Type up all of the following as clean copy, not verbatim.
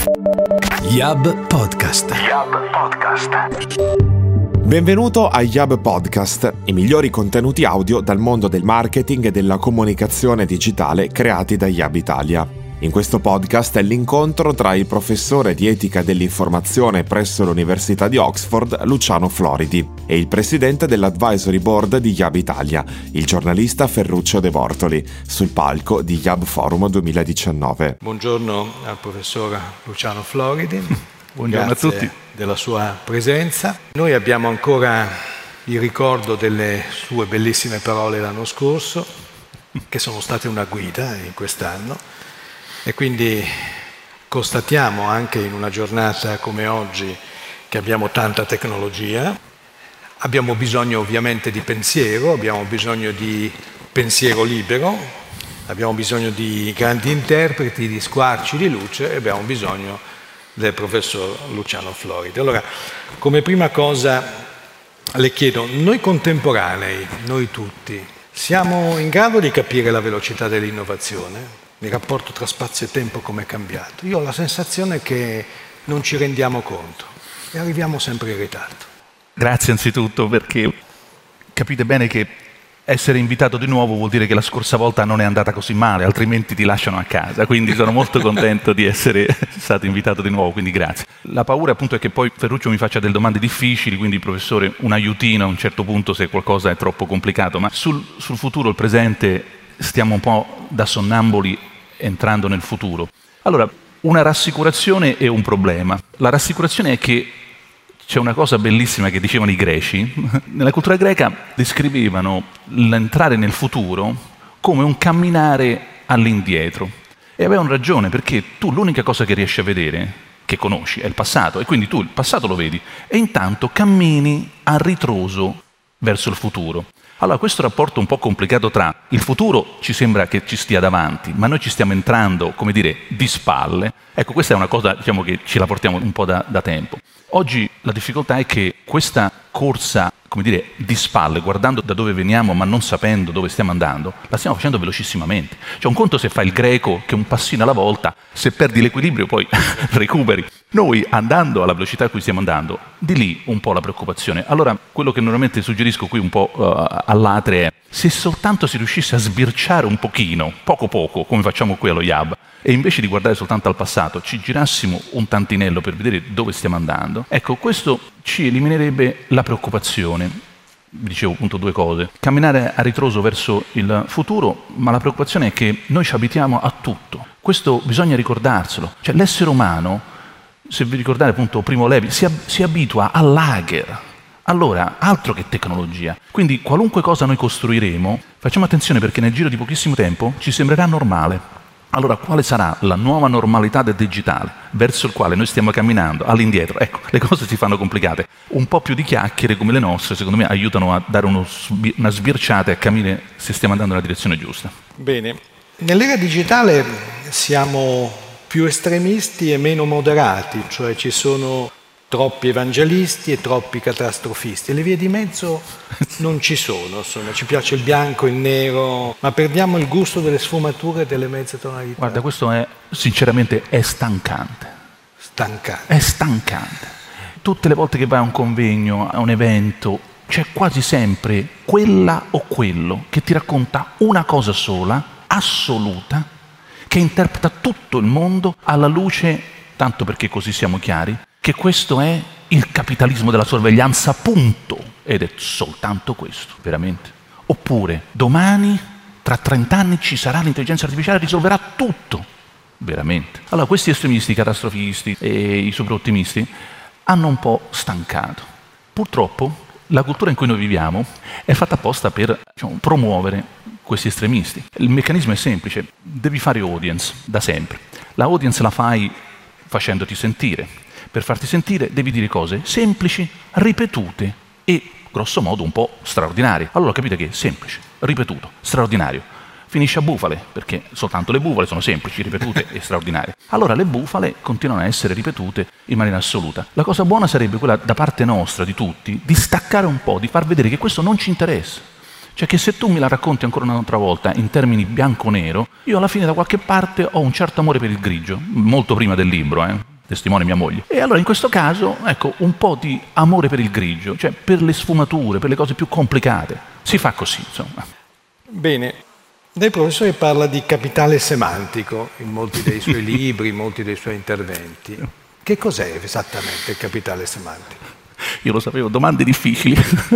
Yab Podcast. Benvenuto a Yab Podcast, i migliori contenuti audio dal mondo del marketing e della comunicazione digitale creati da Yab Italia. In questo podcast è l'incontro tra il professore di etica dell'informazione presso l'Università di Oxford, Luciano Floridi, e il presidente dell'Advisory Board di Yab Italia, il giornalista Ferruccio De Bortoli, sul palco di Yab Forum 2019. Buongiorno al professor Luciano Floridi. Buongiorno Grazie a tutti. Della sua presenza. Noi abbiamo ancora il ricordo delle sue bellissime parole l'anno scorso, che sono state una guida in quest'anno. E quindi constatiamo anche in una giornata come oggi che abbiamo tanta tecnologia, abbiamo bisogno ovviamente di pensiero, abbiamo bisogno di pensiero libero, abbiamo bisogno di grandi interpreti, di squarci di luce e abbiamo bisogno del professor Luciano Floridi. Allora, come prima cosa le chiedo, noi contemporanei, noi tutti, siamo in grado di capire la velocità dell'innovazione? Il rapporto tra spazio e tempo come è cambiato? Io ho la sensazione che non ci rendiamo conto e arriviamo sempre in ritardo. Grazie anzitutto, perché capite bene che essere invitato di nuovo vuol dire che la scorsa volta non è andata così male, altrimenti ti lasciano a casa, quindi sono molto contento di essere stato invitato di nuovo, quindi grazie. La paura appunto è che poi Ferruccio mi faccia delle domande difficili, quindi professore un aiutino a un certo punto se qualcosa è troppo complicato, ma sul futuro, il presente, stiamo un po' da sonnambuli entrando nel futuro. Allora, una rassicurazione e un problema. La rassicurazione è che c'è una cosa bellissima che dicevano i greci. Nella cultura greca descrivevano l'entrare nel futuro come un camminare all'indietro. E avevano ragione, perché tu l'unica cosa che riesci a vedere, che conosci, è il passato. E quindi tu il passato lo vedi. E intanto cammini a ritroso verso il futuro. Allora, questo rapporto un po' complicato tra il futuro ci sembra che ci stia davanti, ma noi ci stiamo entrando, come dire, di spalle. Ecco, questa è una cosa, diciamo, che ce la portiamo un po' da tempo. Oggi la difficoltà è che questa corsa, come dire, di spalle, guardando da dove veniamo ma non sapendo dove stiamo andando, la stiamo facendo velocissimamente. Cioè, un conto se fai il greco, che un passino alla volta, se perdi l'equilibrio poi recuperi. Noi, andando alla velocità a cui stiamo andando, di lì un po' la preoccupazione. Allora, quello che normalmente suggerisco qui un po' all'atre è, se soltanto si riuscisse a sbirciare un pochino, poco poco, come facciamo qui allo Yab, e invece di guardare soltanto al passato, ci girassimo un tantinello per vedere dove stiamo andando, ecco, questo ci eliminerebbe la preoccupazione. Vi dicevo appunto due cose. Camminare a ritroso verso il futuro, ma la preoccupazione è che noi ci abitiamo a tutto. Questo bisogna ricordarselo. Cioè, l'essere umano, se vi ricordate appunto Primo Levi, si abitua al lager. Allora, altro che tecnologia. Quindi qualunque cosa noi costruiremo, facciamo attenzione perché nel giro di pochissimo tempo ci sembrerà normale. Allora, quale sarà la nuova normalità del digitale verso il quale noi stiamo camminando all'indietro? Ecco, le cose si fanno complicate. Un po' più di chiacchiere come le nostre, secondo me, aiutano a dare una sbirciata e a capire se stiamo andando nella direzione giusta. Bene, nell'era digitale siamo più estremisti e meno moderati, cioè ci sono troppi evangelisti e troppi catastrofisti. Le vie di mezzo non ci sono, insomma, ci piace il bianco, il nero, ma perdiamo il gusto delle sfumature e delle mezze tonalità. Guarda, questo è, sinceramente, è stancante. Stancante. È stancante. Tutte le volte che vai a un convegno, a un evento, c'è quasi sempre quella o quello che ti racconta una cosa sola, assoluta, che interpreta tutto il mondo alla luce, tanto perché così siamo chiari, che questo è il capitalismo della sorveglianza, punto. Ed è soltanto questo, veramente. Oppure, domani, tra 30 anni, ci sarà l'intelligenza artificiale, risolverà tutto, veramente. Allora, questi estremisti, catastrofisti e i super ottimisti hanno un po' stancato. Purtroppo, la cultura in cui noi viviamo è fatta apposta per, promuovere questi estremisti. Il meccanismo è semplice, devi fare audience da sempre. La audience la fai facendoti sentire. Per farti sentire devi dire cose semplici, ripetute e grosso modo un po' straordinarie. Allora capite che è semplice, ripetuto, straordinario. Finisce a bufale, perché soltanto le bufale sono semplici, ripetute e straordinarie. Allora le bufale continuano a essere ripetute in maniera assoluta. La cosa buona sarebbe quella da parte nostra, di tutti, di staccare un po', di far vedere che questo non ci interessa. Cioè che se tu me la racconti ancora un'altra volta in termini bianco-nero, io alla fine da qualche parte ho un certo amore per il grigio, molto prima del libro, testimone mia moglie. E allora in questo caso, ecco, un po' di amore per il grigio, cioè per le sfumature, per le cose più complicate. Si fa così, insomma. Bene, lei professore parla di capitale semantico in molti dei suoi libri, in molti dei suoi interventi. Che cos'è esattamente il capitale semantico? Io lo sapevo, domande difficili.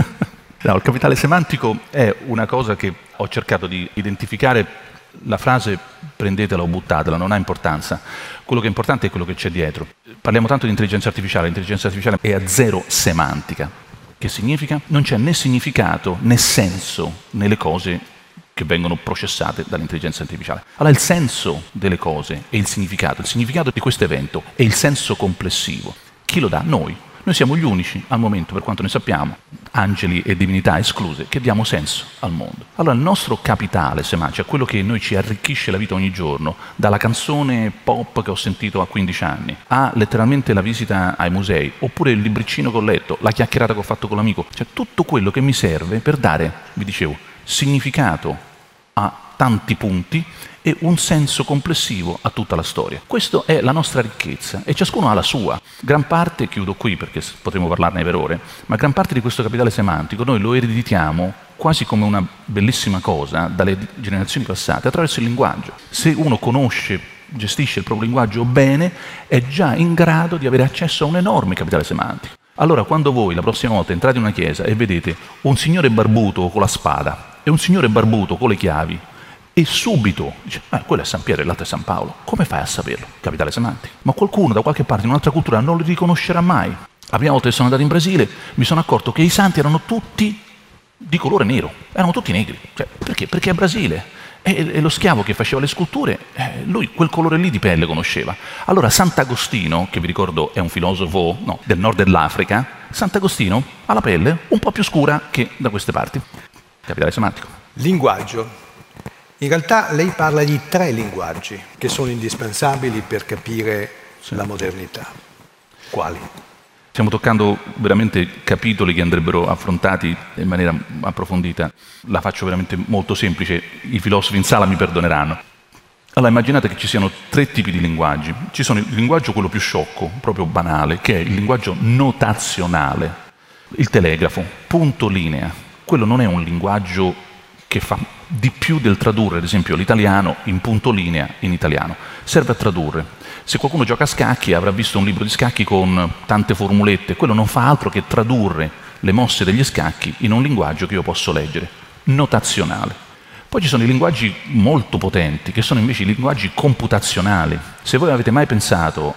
No, il capitale semantico è una cosa che ho cercato di identificare. La frase prendetela o buttatela, non ha importanza. Quello che è importante è quello che c'è dietro. Parliamo tanto di intelligenza artificiale. L'intelligenza artificiale è a zero semantica. Che significa? Non c'è né significato né senso nelle cose che vengono processate dall'intelligenza artificiale. Allora il senso delle cose e il significato di questo evento è il senso complessivo. Chi lo dà? Noi. Noi siamo gli unici, al momento, per quanto ne sappiamo, angeli e divinità escluse, che diamo senso al mondo. Allora il nostro capitale semantico, cioè quello che noi ci arricchisce la vita ogni giorno, dalla canzone pop che ho sentito a 15 anni, a letteralmente la visita ai musei, oppure il libricino che ho letto, la chiacchierata che ho fatto con l'amico, cioè tutto quello che mi serve per dare, vi dicevo, significato a tanti punti e un senso complessivo a tutta la storia. Questa è la nostra ricchezza e ciascuno ha la sua. Gran parte, chiudo qui perché potremo parlarne per ore, ma gran parte di questo capitale semantico noi lo ereditiamo quasi come una bellissima cosa dalle generazioni passate attraverso il linguaggio. Se uno conosce, gestisce il proprio linguaggio bene, è già in grado di avere accesso a un enorme capitale semantico. Allora quando voi la prossima volta entrate in una chiesa e vedete un signore barbuto con la spada e un signore barbuto con le chiavi, e subito dice, quello è San Pietro e l'altro è San Paolo. Come fai a saperlo? Capitale semantico. Ma qualcuno da qualche parte in un'altra cultura non li riconoscerà mai. La prima volta che sono andato in Brasile mi sono accorto che i santi erano tutti di colore nero, erano tutti negri. Cioè, perché? Perché è Brasile. E lo schiavo che faceva le sculture, lui quel colore lì di pelle conosceva. Allora Sant'Agostino, che vi ricordo è un filosofo del nord dell'Africa, Sant'Agostino ha la pelle un po' più scura che da queste parti. Capitale semantico. Linguaggio. In realtà lei parla di 3 linguaggi che sono indispensabili per capire la modernità. Quali? Stiamo toccando veramente capitoli che andrebbero affrontati in maniera approfondita. La faccio veramente molto semplice, i filosofi in sala mi perdoneranno. Allora immaginate che ci siano 3 tipi di linguaggi. Ci sono il linguaggio quello più sciocco, proprio banale, che è il linguaggio notazionale, il telegrafo, punto linea. Quello non è un linguaggio che fa di più del tradurre, ad esempio, l'italiano in punto linea in italiano. Serve a tradurre. Se qualcuno gioca a scacchi avrà visto un libro di scacchi con tante formulette, quello non fa altro che tradurre le mosse degli scacchi in un linguaggio che io posso leggere, notazionale. Poi ci sono i linguaggi molto potenti, che sono invece i linguaggi computazionali. Se voi avete mai pensato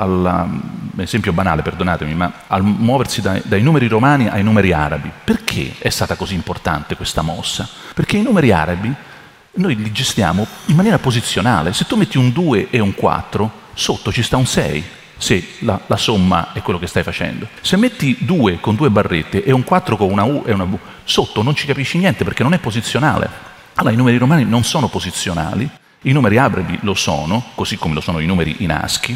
esempio banale, perdonatemi, ma al muoversi dai numeri romani ai numeri arabi, perché è stata così importante questa mossa? Perché i numeri arabi noi li gestiamo in maniera posizionale. Se tu metti un 2 e un 4, sotto ci sta un 6, se la somma è quello che stai facendo. Se metti 2 con 2 barrette e un 4 con una U e una V, sotto non ci capisci niente perché non è posizionale. Allora i numeri romani non sono posizionali, i numeri arabi lo sono, così come lo sono i numeri in ASCII,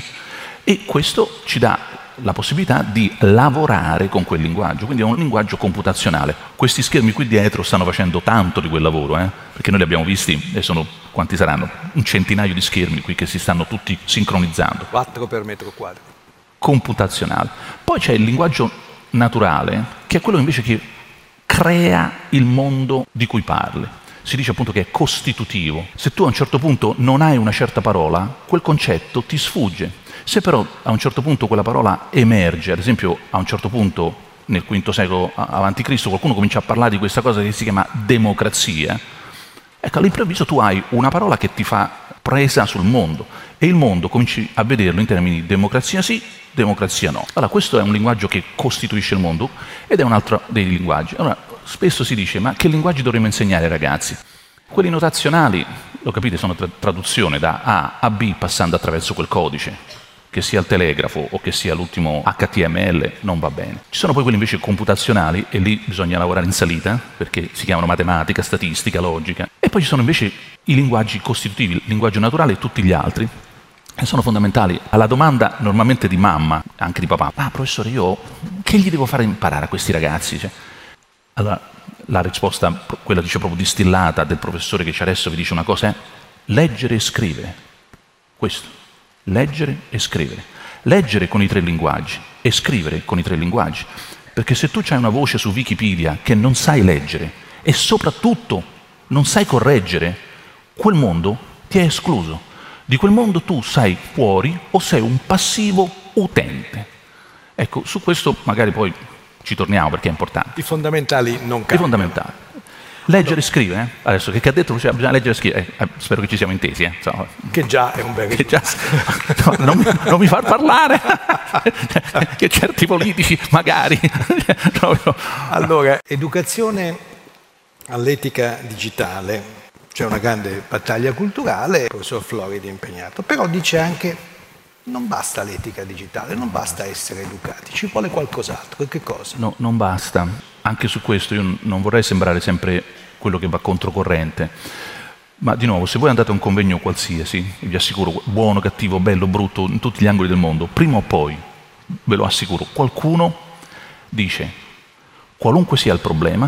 e questo ci dà la possibilità di lavorare con quel linguaggio, quindi è un linguaggio computazionale. Questi schermi qui dietro stanno facendo tanto di quel lavoro, perché noi li abbiamo visti, e sono, quanti saranno? Un centinaio di schermi qui che si stanno tutti sincronizzando. 4 per metro quadro. Computazionale. Poi c'è il linguaggio naturale, che è quello invece che crea il mondo di cui parli. Si dice appunto che è costitutivo. Se tu a un certo punto non hai una certa parola, quel concetto ti sfugge. Se però a un certo punto quella parola emerge, ad esempio a un certo punto nel V secolo a.C. qualcuno comincia a parlare di questa cosa che si chiama democrazia, ecco, all'improvviso tu hai una parola che ti fa presa sul mondo e il mondo cominci a vederlo in termini di democrazia sì, democrazia no. Allora questo è un linguaggio che costituisce il mondo ed è un altro dei linguaggi. Allora spesso si dice ma che linguaggi dovremmo insegnare ai ragazzi? Quelli notazionali, lo capite, sono traduzione da A a B passando attraverso quel codice, che sia il telegrafo o che sia l'ultimo HTML, non va bene. Ci sono poi quelli invece computazionali e lì bisogna lavorare in salita perché si chiamano matematica, statistica, logica. E poi ci sono invece i linguaggi costitutivi, il linguaggio naturale e tutti gli altri, che sono fondamentali. Alla domanda normalmente di mamma, anche di papà, professore, io che gli devo fare imparare a questi ragazzi? Allora la risposta, quella dice proprio distillata del professore che c'è adesso, vi dice una cosa, è leggere e scrivere. Questo. Leggere e scrivere. leggere con i 3 linguaggi e scrivere con i 3 linguaggi. Perché se tu hai una voce su Wikipedia che non sai leggere e soprattutto non sai correggere, quel mondo ti è escluso. Di quel mondo tu sei fuori o sei un passivo utente. Ecco, su questo magari poi ci torniamo perché è importante. I fondamentali non cambiano. I fondamentali. Leggere e scrivere, Adesso che ha detto bisogna leggere e scrivere, spero che ci siamo intesi. Che già è un bel risultato. Non mi far parlare, che certi politici magari. Allora, educazione all'etica digitale, c'è una grande battaglia culturale, il professor Floridi è impegnato, però dice anche non basta l'etica digitale, non basta essere educati, ci vuole qualcos'altro. Che cosa? No, non basta. Anche su questo io non vorrei sembrare sempre quello che va controcorrente, ma di nuovo, se voi andate a un convegno qualsiasi, vi assicuro, buono, cattivo, bello, brutto, in tutti gli angoli del mondo, prima o poi, ve lo assicuro, qualcuno dice, qualunque sia il problema,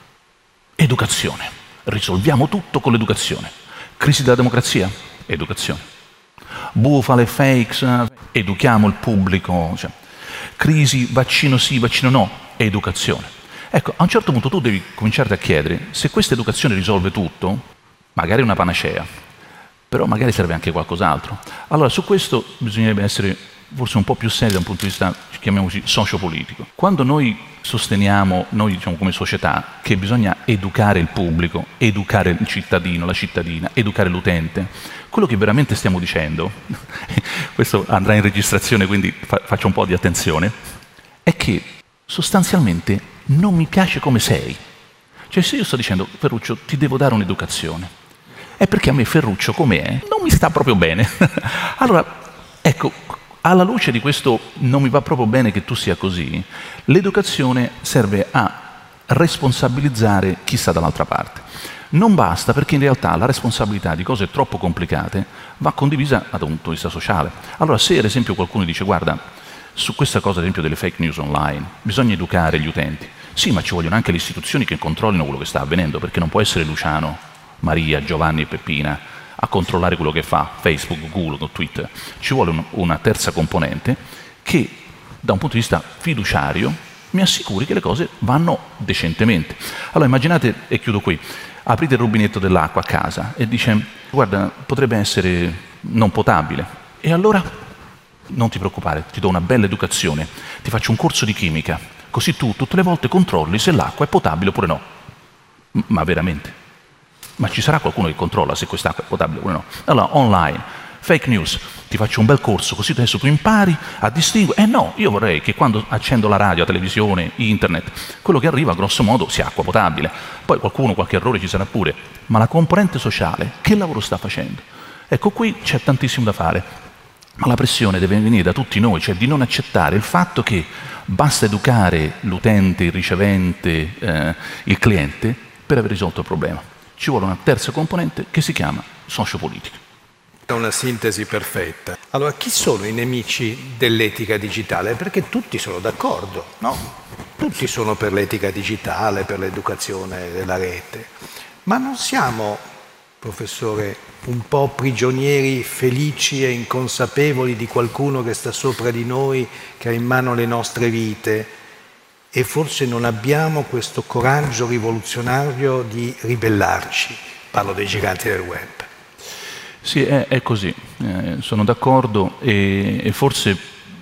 educazione, risolviamo tutto con l'educazione. Crisi della democrazia? Educazione. Bufale, fakes, educhiamo il pubblico. Crisi, vaccino sì, vaccino no, educazione. Ecco, a un certo punto tu devi cominciare a chiedere se questa educazione risolve tutto, magari è una panacea, però magari serve anche qualcos'altro. Allora, su questo bisognerebbe essere forse un po' più seri da un punto di vista, chiamiamoci, sociopolitico. Quando noi sosteniamo, noi diciamo come società, che bisogna educare il pubblico, educare il cittadino, la cittadina, educare l'utente, quello che veramente stiamo dicendo, questo andrà in registrazione, quindi faccio un po' di attenzione, è che sostanzialmente non mi piace come sei. Cioè, se io sto dicendo, Ferruccio, ti devo dare un'educazione, è perché a me Ferruccio com'è non mi sta proprio bene. Allora, ecco, alla luce di questo non mi va proprio bene che tu sia così, l'educazione serve a responsabilizzare chi sta dall'altra parte. Non basta, perché in realtà la responsabilità di cose troppo complicate va condivisa da un punto di vista sociale. Allora, se ad esempio qualcuno dice, guarda, su questa cosa ad esempio delle fake news online bisogna educare gli utenti, sì, ma ci vogliono anche le istituzioni che controllino quello che sta avvenendo, perché non può essere Luciano, Maria, Giovanni e Peppina a controllare quello che fa Facebook, Google, Twitter. Ci vuole una terza componente che da un punto di vista fiduciario mi assicuri che le cose vanno decentemente. Allora immaginate, e chiudo qui, aprite il rubinetto dell'acqua a casa e dice, guarda, potrebbe essere non potabile, e allora non ti preoccupare, ti do una bella educazione, ti faccio un corso di chimica, così tu tutte le volte controlli se l'acqua è potabile oppure no. Ma veramente? Ma ci sarà qualcuno che controlla se quest'acqua è potabile oppure no? Allora, online, fake news, ti faccio un bel corso, così adesso tu impari a distinguere. No, io vorrei che quando accendo la radio, la televisione, internet, quello che arriva grosso modo sia acqua potabile. Poi qualche errore ci sarà pure, ma la componente sociale, che lavoro sta facendo? Ecco, qui c'è tantissimo da fare. Ma la pressione deve venire da tutti noi, cioè di non accettare il fatto che basta educare l'utente, il ricevente, il cliente per aver risolto il problema. Ci vuole una terza componente che si chiama sociopolitica. È una sintesi perfetta. Allora, chi sono i nemici dell'etica digitale? Perché tutti sono d'accordo, no? Tutti sono per l'etica digitale, per l'educazione della rete. Ma non siamo, professore, un po' prigionieri felici e inconsapevoli di qualcuno che sta sopra di noi, che ha in mano le nostre vite, e forse non abbiamo questo coraggio rivoluzionario di ribellarci? Parlo dei giganti del web. Sì, è così, sono d'accordo, e forse,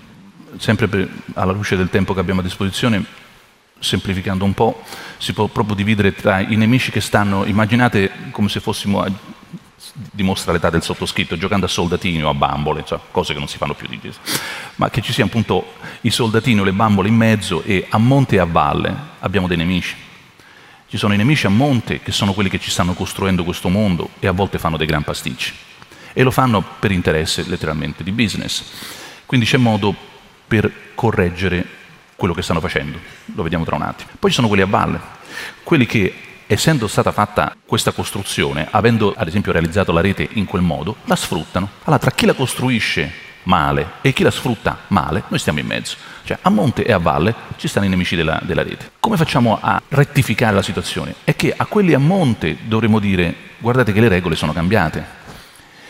sempre alla luce del tempo che abbiamo a disposizione, semplificando un po', si può proprio dividere tra i nemici che stanno, immaginate come se fossimo, dimostra l'età del sottoscritto, giocando a soldatini o a bambole, cioè cose che non si fanno più di questo, ma che ci siano appunto i soldatini o le bambole in mezzo, e a monte e a valle abbiamo dei nemici. Ci sono i nemici a monte, che sono quelli che ci stanno costruendo questo mondo e a volte fanno dei gran pasticci, e lo fanno per interesse letteralmente di business. Quindi c'è modo per correggere quello che stanno facendo, lo vediamo tra un attimo. Poi ci sono quelli a valle, quelli che, essendo stata fatta questa costruzione, avendo ad esempio realizzato la rete in quel modo, la sfruttano. Allora, tra chi la costruisce male e chi la sfrutta male, noi stiamo in mezzo. Cioè, a monte e a valle ci stanno i nemici della rete. Come facciamo a rettificare la situazione? È che a quelli a monte dovremmo dire, guardate che le regole sono cambiate.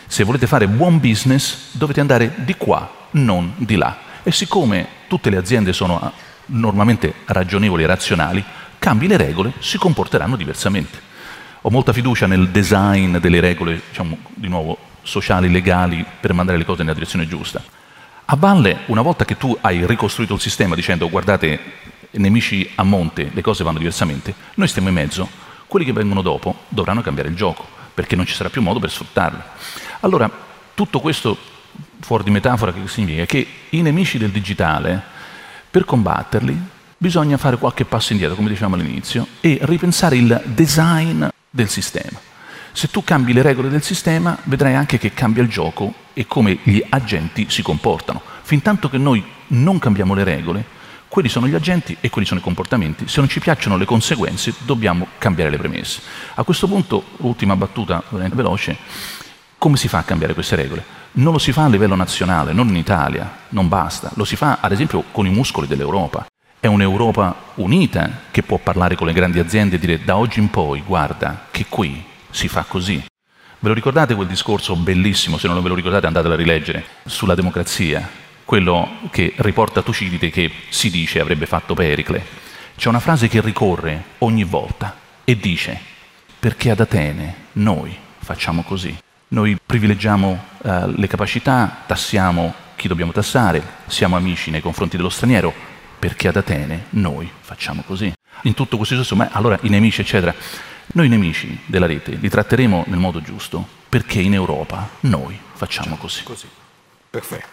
Se volete fare buon business dovete andare di qua, non di là. E siccome tutte le aziende sono normalmente ragionevoli e razionali, cambi le regole, si comporteranno diversamente. Ho molta fiducia nel design delle regole, diciamo, di nuovo, sociali, legali, per mandare le cose nella direzione giusta. A valle, una volta che tu hai ricostruito il sistema dicendo guardate, nemici a monte, le cose vanno diversamente, noi stiamo in mezzo, quelli che vengono dopo dovranno cambiare il gioco, perché non ci sarà più modo per sfruttarlo. Allora, tutto questo fuori di metafora che significa che i nemici del digitale, per combatterli, bisogna fare qualche passo indietro, come dicevamo all'inizio, e ripensare il design del sistema. Se tu cambi le regole del sistema, vedrai anche che cambia il gioco e come gli agenti si comportano. Fintanto che noi non cambiamo le regole, quelli sono gli agenti e quelli sono i comportamenti. Se non ci piacciono le conseguenze, dobbiamo cambiare le premesse. A questo punto, ultima battuta veloce, come si fa a cambiare queste regole? Non lo si fa a livello nazionale, non in Italia, non basta. Lo si fa, ad esempio, con i muscoli dell'Europa. È un'Europa unita che può parlare con le grandi aziende e dire da oggi in poi, guarda, che qui si fa così. Ve lo ricordate quel discorso bellissimo, se non ve lo ricordate andatelo a rileggere, sulla democrazia, quello che riporta Tucidide che si dice avrebbe fatto Pericle. C'è una frase che ricorre ogni volta e dice perché ad Atene noi facciamo così. Noi privilegiamo le capacità, tassiamo chi dobbiamo tassare, siamo amici nei confronti dello straniero, perché ad Atene noi facciamo così. In tutto questo senso, ma allora i nemici eccetera, noi i nemici della rete li tratteremo nel modo giusto, perché in Europa noi facciamo così. Perfetto.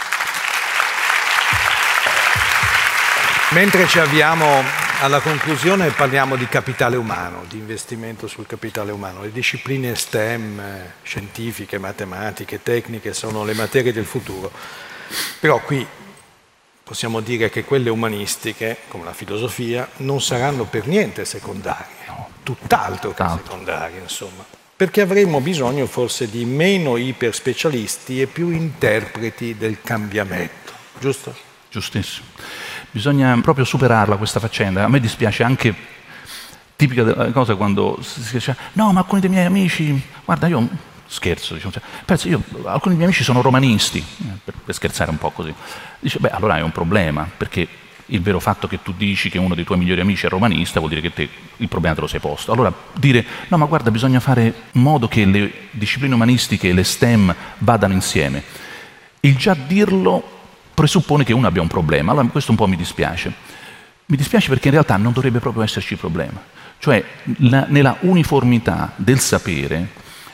Mentre ci avviamo alla conclusione parliamo di capitale umano, di investimento sul capitale umano. Le discipline STEM, scientifiche, matematiche, tecniche, sono le materie del futuro. Però qui possiamo dire che quelle umanistiche, come la filosofia, non saranno per niente secondarie, tutt'altro che secondarie, insomma. Perché avremo bisogno forse di meno iperspecialisti e più interpreti del cambiamento, giusto? Giustissimo. Bisogna proprio superarla questa faccenda. A me dispiace anche, tipica della cosa, quando si dice no, ma alcuni dei miei amici, guarda io scherzo, diciamo, penso, alcuni dei miei amici sono romanisti, per scherzare un po' così. Dice, beh, allora è un problema, perché il vero fatto che tu dici che uno dei tuoi migliori amici è romanista vuol dire che te il problema te lo sei posto. Allora dire, no ma guarda, bisogna fare in modo che le discipline umanistiche e le STEM vadano insieme. Il già dirlo presuppone che uno abbia un problema, allora questo un po' mi dispiace. Mi dispiace perché in realtà non dovrebbe proprio esserci problema. Cioè, nella uniformità del sapere,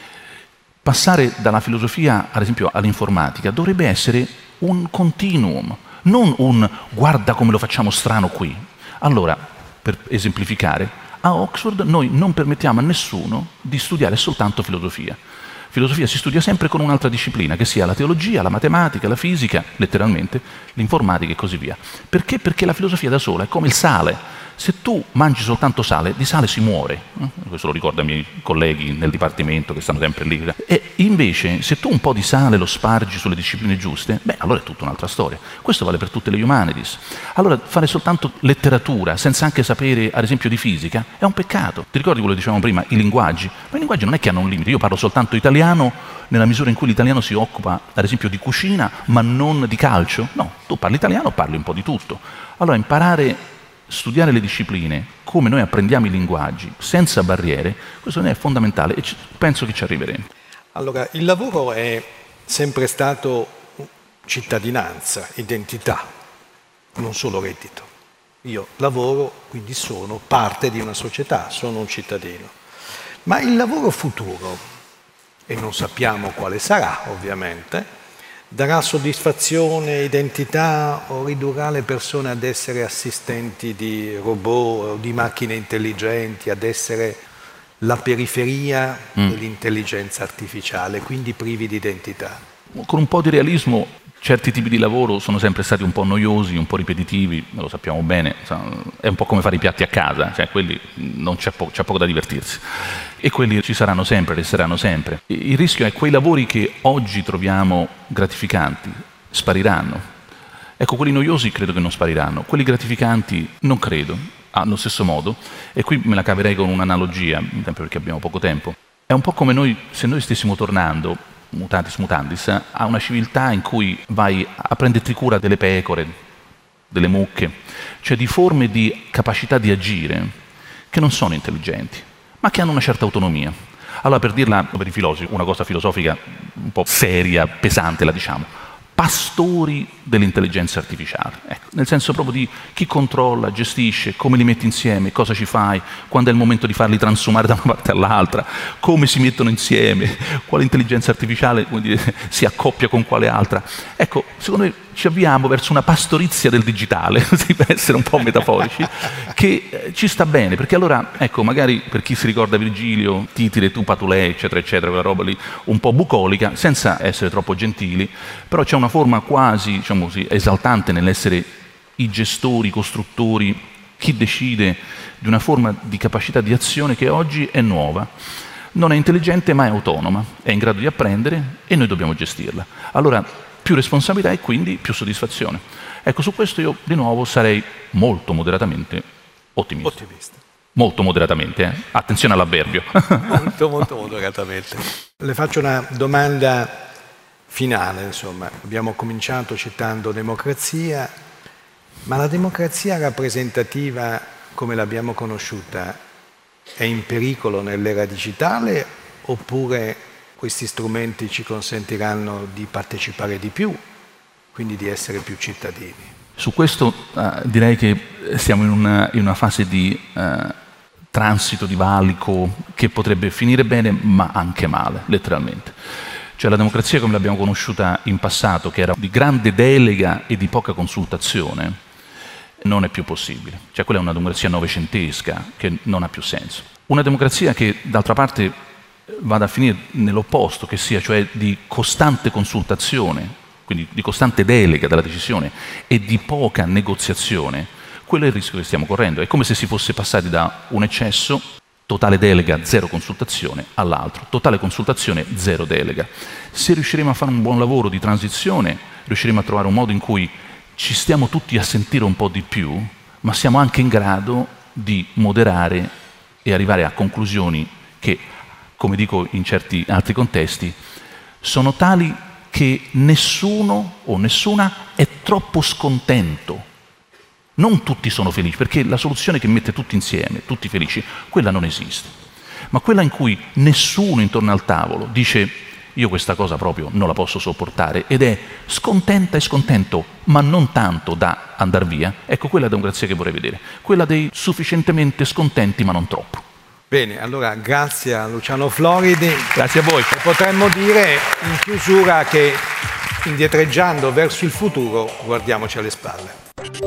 passare dalla filosofia, ad esempio, all'informatica, dovrebbe essere un continuum, non un guarda come lo facciamo strano qui. Allora, per esemplificare, a Oxford noi non permettiamo a nessuno di studiare soltanto filosofia. Filosofia si studia sempre con un'altra disciplina, che sia la teologia, la matematica, la fisica, letteralmente, l'informatica e così via. Perché? Perché la filosofia da sola è come il sale. Se tu mangi soltanto sale, di sale si muore. Questo lo ricordo ai miei colleghi nel dipartimento che stanno sempre lì. E invece, se tu un po' di sale lo spargi sulle discipline giuste, beh, allora è tutta un'altra storia. Questo vale per tutte le humanities. Allora, fare soltanto letteratura, senza anche sapere, ad esempio, di fisica, è un peccato. Ti ricordi quello che dicevamo prima, i linguaggi? Ma i linguaggi non è che hanno un limite. Io parlo soltanto italiano nella misura in cui l'italiano si occupa, ad esempio, di cucina, ma non di calcio. No, tu parli italiano, parli un po' di tutto. Allora, imparare studiare le discipline come noi apprendiamo i linguaggi, senza barriere, questo è fondamentale e penso che ci arriveremo. Allora, il lavoro è sempre stato cittadinanza, identità, non solo reddito. Io lavoro, quindi sono parte di una società, sono un cittadino. Ma il lavoro futuro, e non sappiamo quale sarà ovviamente, darà soddisfazione, identità o ridurrà le persone ad essere assistenti di robot o di macchine intelligenti, ad essere la periferia dell'intelligenza artificiale, quindi privi di identità? Con un po' di realismo, certi tipi di lavoro sono sempre stati un po' noiosi, un po' ripetitivi, lo sappiamo bene, è un po' come fare i piatti a casa, cioè quelli non c'è poco da divertirsi. E quelli ci saranno sempre, resteranno sempre. Il rischio è che quei lavori che oggi troviamo gratificanti spariranno. Ecco, quelli noiosi credo che non spariranno, quelli gratificanti non credo, allo stesso modo. E qui me la caverei con un'analogia, sempre perché abbiamo poco tempo. È un po' come se noi stessimo tornando mutatis mutandis, a una civiltà in cui vai a prenderti cura delle pecore, delle mucche, cioè di forme di capacità di agire che non sono intelligenti, ma che hanno una certa autonomia. Allora, per dirla per i filosofi, una cosa filosofica un po' seria, pesante, la diciamo, pastori dell'intelligenza artificiale, ecco, nel senso proprio di chi controlla, gestisce, come li metti insieme, cosa ci fai, quando è il momento di farli transumare da una parte all'altra, come si mettono insieme, quale intelligenza artificiale, come dire, si accoppia con quale altra. Ecco, secondo me ci avviamo verso una pastorizia del digitale, così per essere un po' metaforici, che ci sta bene, perché allora, ecco, magari per chi si ricorda Virgilio, Titire tu patulei, eccetera, eccetera, quella roba lì, un po' bucolica, senza essere troppo gentili, però c'è una forma quasi, diciamo così, esaltante nell'essere i gestori, i costruttori, chi decide di una forma di capacità di azione che oggi è nuova, non è intelligente ma è autonoma, è in grado di apprendere e noi dobbiamo gestirla. Allora, più responsabilità e quindi più soddisfazione. Ecco, su questo io di nuovo sarei molto moderatamente ottimista. Molto moderatamente, attenzione all'avverbio. Molto moderatamente. Le faccio una domanda finale, insomma. Abbiamo cominciato citando democrazia, ma la democrazia rappresentativa, come l'abbiamo conosciuta, è in pericolo nell'era digitale oppure questi strumenti ci consentiranno di partecipare di più, quindi di essere più cittadini? Su questo direi che siamo in una fase di transito, di valico, che potrebbe finire bene ma anche male, letteralmente. Cioè la democrazia come l'abbiamo conosciuta in passato, che era di grande delega e di poca consultazione, non è più possibile. Cioè quella è una democrazia novecentesca che non ha più senso. Una democrazia che d'altra parte vada a finire nell'opposto, che sia cioè di costante consultazione, quindi di costante delega della decisione e di poca negoziazione, quello è il rischio che stiamo correndo. È come se si fosse passati da un eccesso, totale delega, zero consultazione, all'altro, totale consultazione, zero delega. Se riusciremo a fare un buon lavoro di transizione, riusciremo a trovare un modo in cui ci stiamo tutti a sentire un po' di più, ma siamo anche in grado di moderare e arrivare a conclusioni che, come dico in certi altri contesti, sono tali che nessuno o nessuna è troppo scontento. Non tutti sono felici, perché la soluzione che mette tutti insieme, tutti felici, quella non esiste. Ma quella in cui nessuno intorno al tavolo dice io questa cosa proprio non la posso sopportare ed è scontenta e scontento, ma non tanto da andar via, ecco quella democrazia che vorrei vedere, quella dei sufficientemente scontenti ma non troppo. Bene, allora grazie a Luciano Floridi. Grazie a voi. E potremmo dire in chiusura che indietreggiando verso il futuro guardiamoci alle spalle.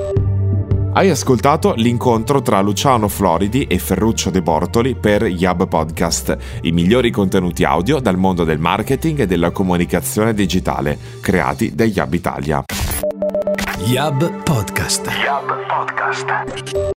Hai ascoltato l'incontro tra Luciano Floridi e Ferruccio De Bortoli per Yab Podcast, i migliori contenuti audio dal mondo del marketing e della comunicazione digitale, creati da Yab Italia. Yab Podcast.